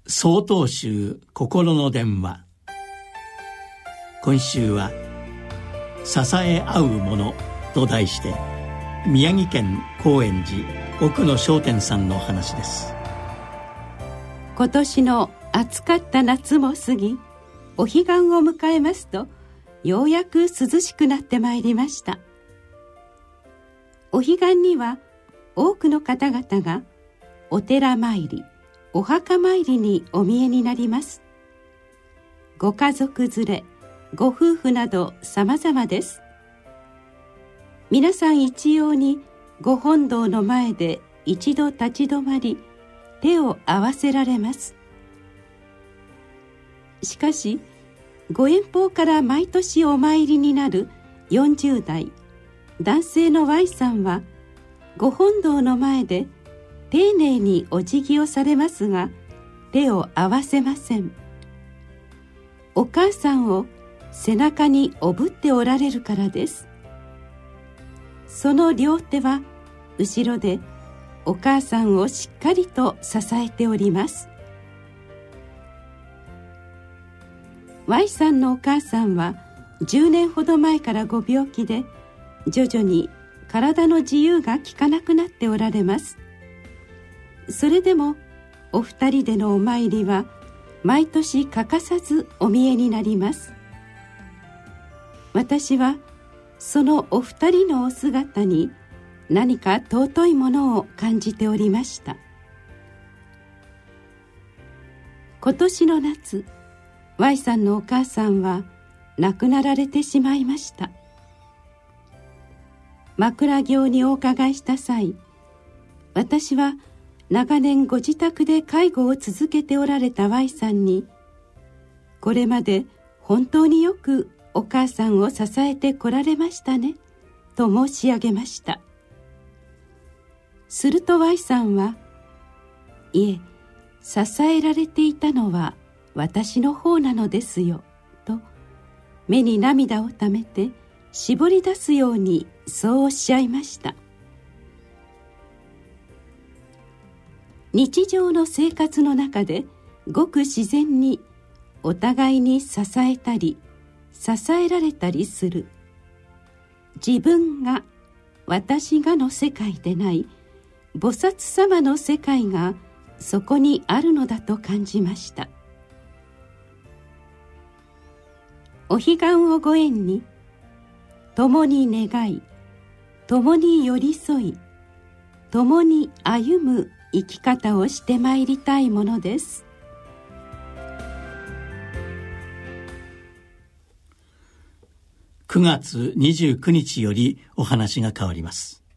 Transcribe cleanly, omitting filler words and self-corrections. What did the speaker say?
曹洞宗心の電話。今週は支え合うものと題して、宮城県高円寺奥野商店さんのお話です。 今年の暑かった夏も過ぎ、お彼岸を迎えますと、ようやく涼しくなってまいりました。お彼岸には多くの方々がお寺参り、お墓参りにお見えになります。ご家族連れ、ご夫婦など様々です。皆さん一様にご本堂の前で一度立ち止まり、手を合わせられます。しかし、ご遠方から毎年お参りになる40代男性の Y さんは、ご本堂の前で丁寧にお辞儀をされますが、手を合わせません。お母さんを背中におぶっておられるからです。その両手は後ろでお母さんをしっかりと支えております。 Y さんのお母さんは10年ほど前からご病気で、徐々に体の自由が利かなくなっておられます。それでもお二人でのお参りは毎年欠かさずお見えになります。私はそのお二人のお姿に何か尊いものを感じておりました。今年の夏、 Y さんのお母さんは亡くなられてしまいました。枕業にお伺いした際、私は長年ご自宅で介護を続けておられた Y さんに、これまで本当によくお母さんを支えてこられましたねと申し上げました。すると Y さんは、いえ、支えられていたのは私の方なのですよと、目に涙をためて絞り出すようにそうおっしゃいました。日常の生活の中でごく自然にお互いに支えたり支えられたりする、自分が私がの世界でない菩薩様の世界がそこにあるのだと感じました。お彼岸をご縁に、共に願い、共に寄り添い、共に歩む生き方をしてまいりたいものです。 9月29日よりお話が変わります。